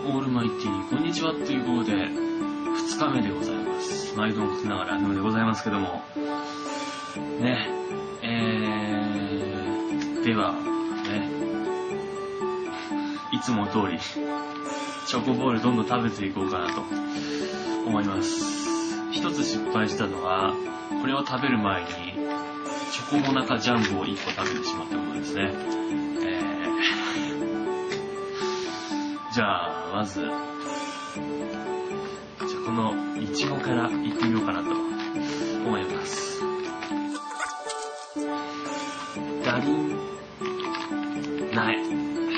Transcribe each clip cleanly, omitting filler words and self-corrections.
オールマイティー、こんにちはということで、2日目でございます。毎度もつながらのでございますけども、ね、では、ね、いつも通り、チョコボールどんどん食べていこうかなと思います。一つ失敗したのは、これを食べる前に、チョコモナカジャンボを1個食べてしまったことですね。じゃあ、まず、このイチゴからいってみようかなと思います。ダリン。ない。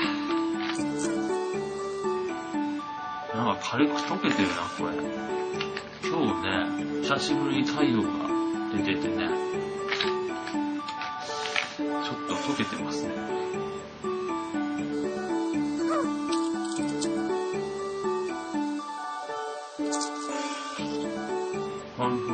なんか軽く溶けてるな、これ。今日ね、久しぶりに太陽が出ててね、ちょっと溶けてますね。反復。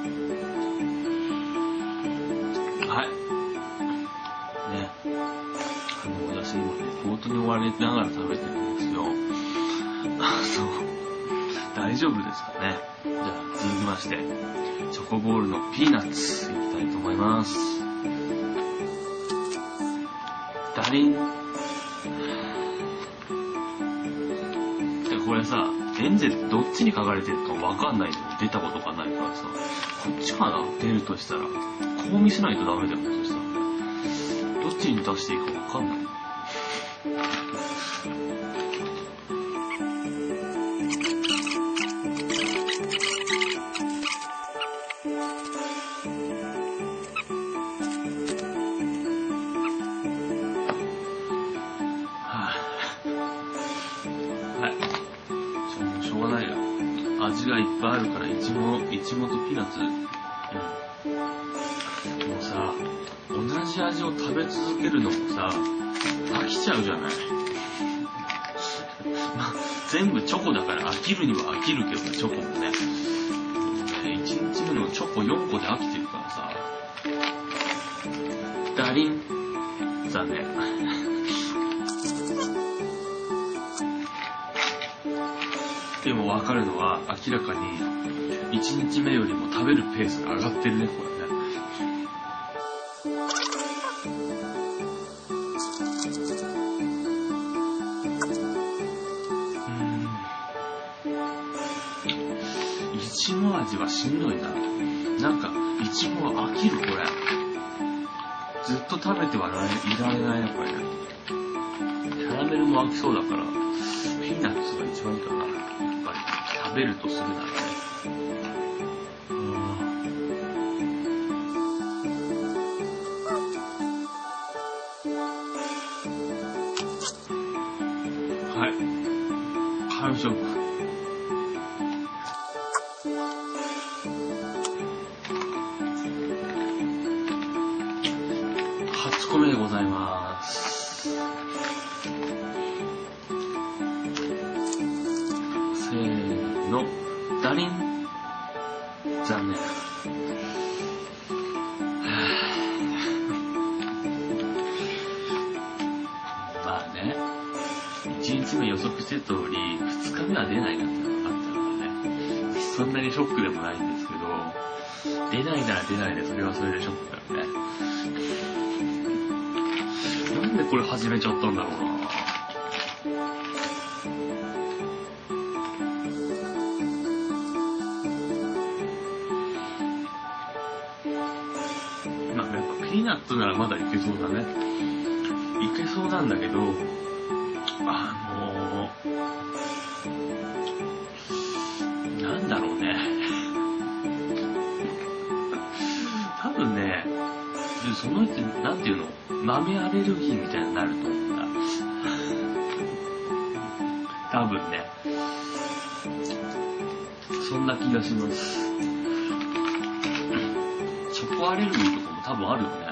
はい。ね。私今ね、仕事に追われながら食べてるんですよ。大丈夫ですかね。じゃあ続きまして、チョコボールのピーナッツいきたいと思います。ダリン。これさ、エンゼルどっちに書かれてるかわかんないのに出たことがないからさ、こっちかな出るとしたら。こう見せないとダメだよね、そしたら。どっちに出していいかわかんない。味がいっぱいあるから、いちごとピーナッツ。もうさ、同じ味を食べ続けるのもさ、飽きちゃうじゃない。まあ、全部チョコだから飽きるには飽きるけどね、チョコもね。1日目のチョコ4個で飽きてるからさ。ダリン。残念。でも分かるのは、明らかに1日目よりも食べるペースが上がってるね、これね。いちご味はしんどいな。なんか、いちごは飽きる、これ。ずっと食べてはいられないね、これね。キャラメルも飽きそうだから、ピーナッツが一番いいかな。食べるとするならね。はい。完食。8個目でございます。せーの。ダリン。残念。まあね、1日目予測してた通り、2日目は出ないなってのが分かったからね。そんなにショックでもないんですけど、出ないなら出ないで、それはそれでショックだよね。なんでこれ始めちゃったんだろうな。ピーナッツならまだいけそうだね。いけそうなんだけど、なんだろうね。多分ね、その人、なんていうの、豆アレルギーみたいになると思うんだ。多分ね。そんな気がします。チョコアレルギーとかも多分あるよね。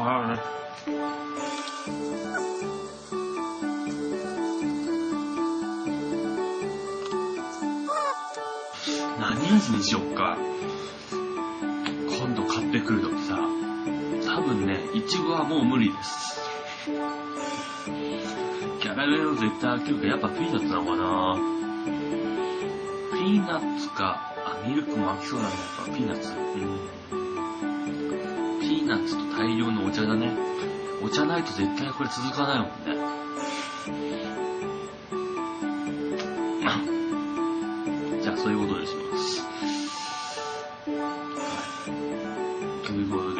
はい。何味にしよっか。今度買ってくるときさ、多分ね、いちごはもう無理です。キャラメルを絶対飽きるから、やっぱピーナッツなのかな。ピーナッツか、ミルクも飽きそうだね、やっぱピーナッツ。ピーナッツと大量のお茶だね。お茶ないと絶対これ続かないもんね。じゃあそういうことにします。ということで、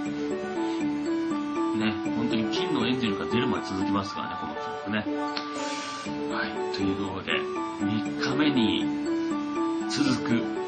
ね、本当に金のエンジェルが出るまで続きますからね、この曲ね。はい、ということで、3日目に続く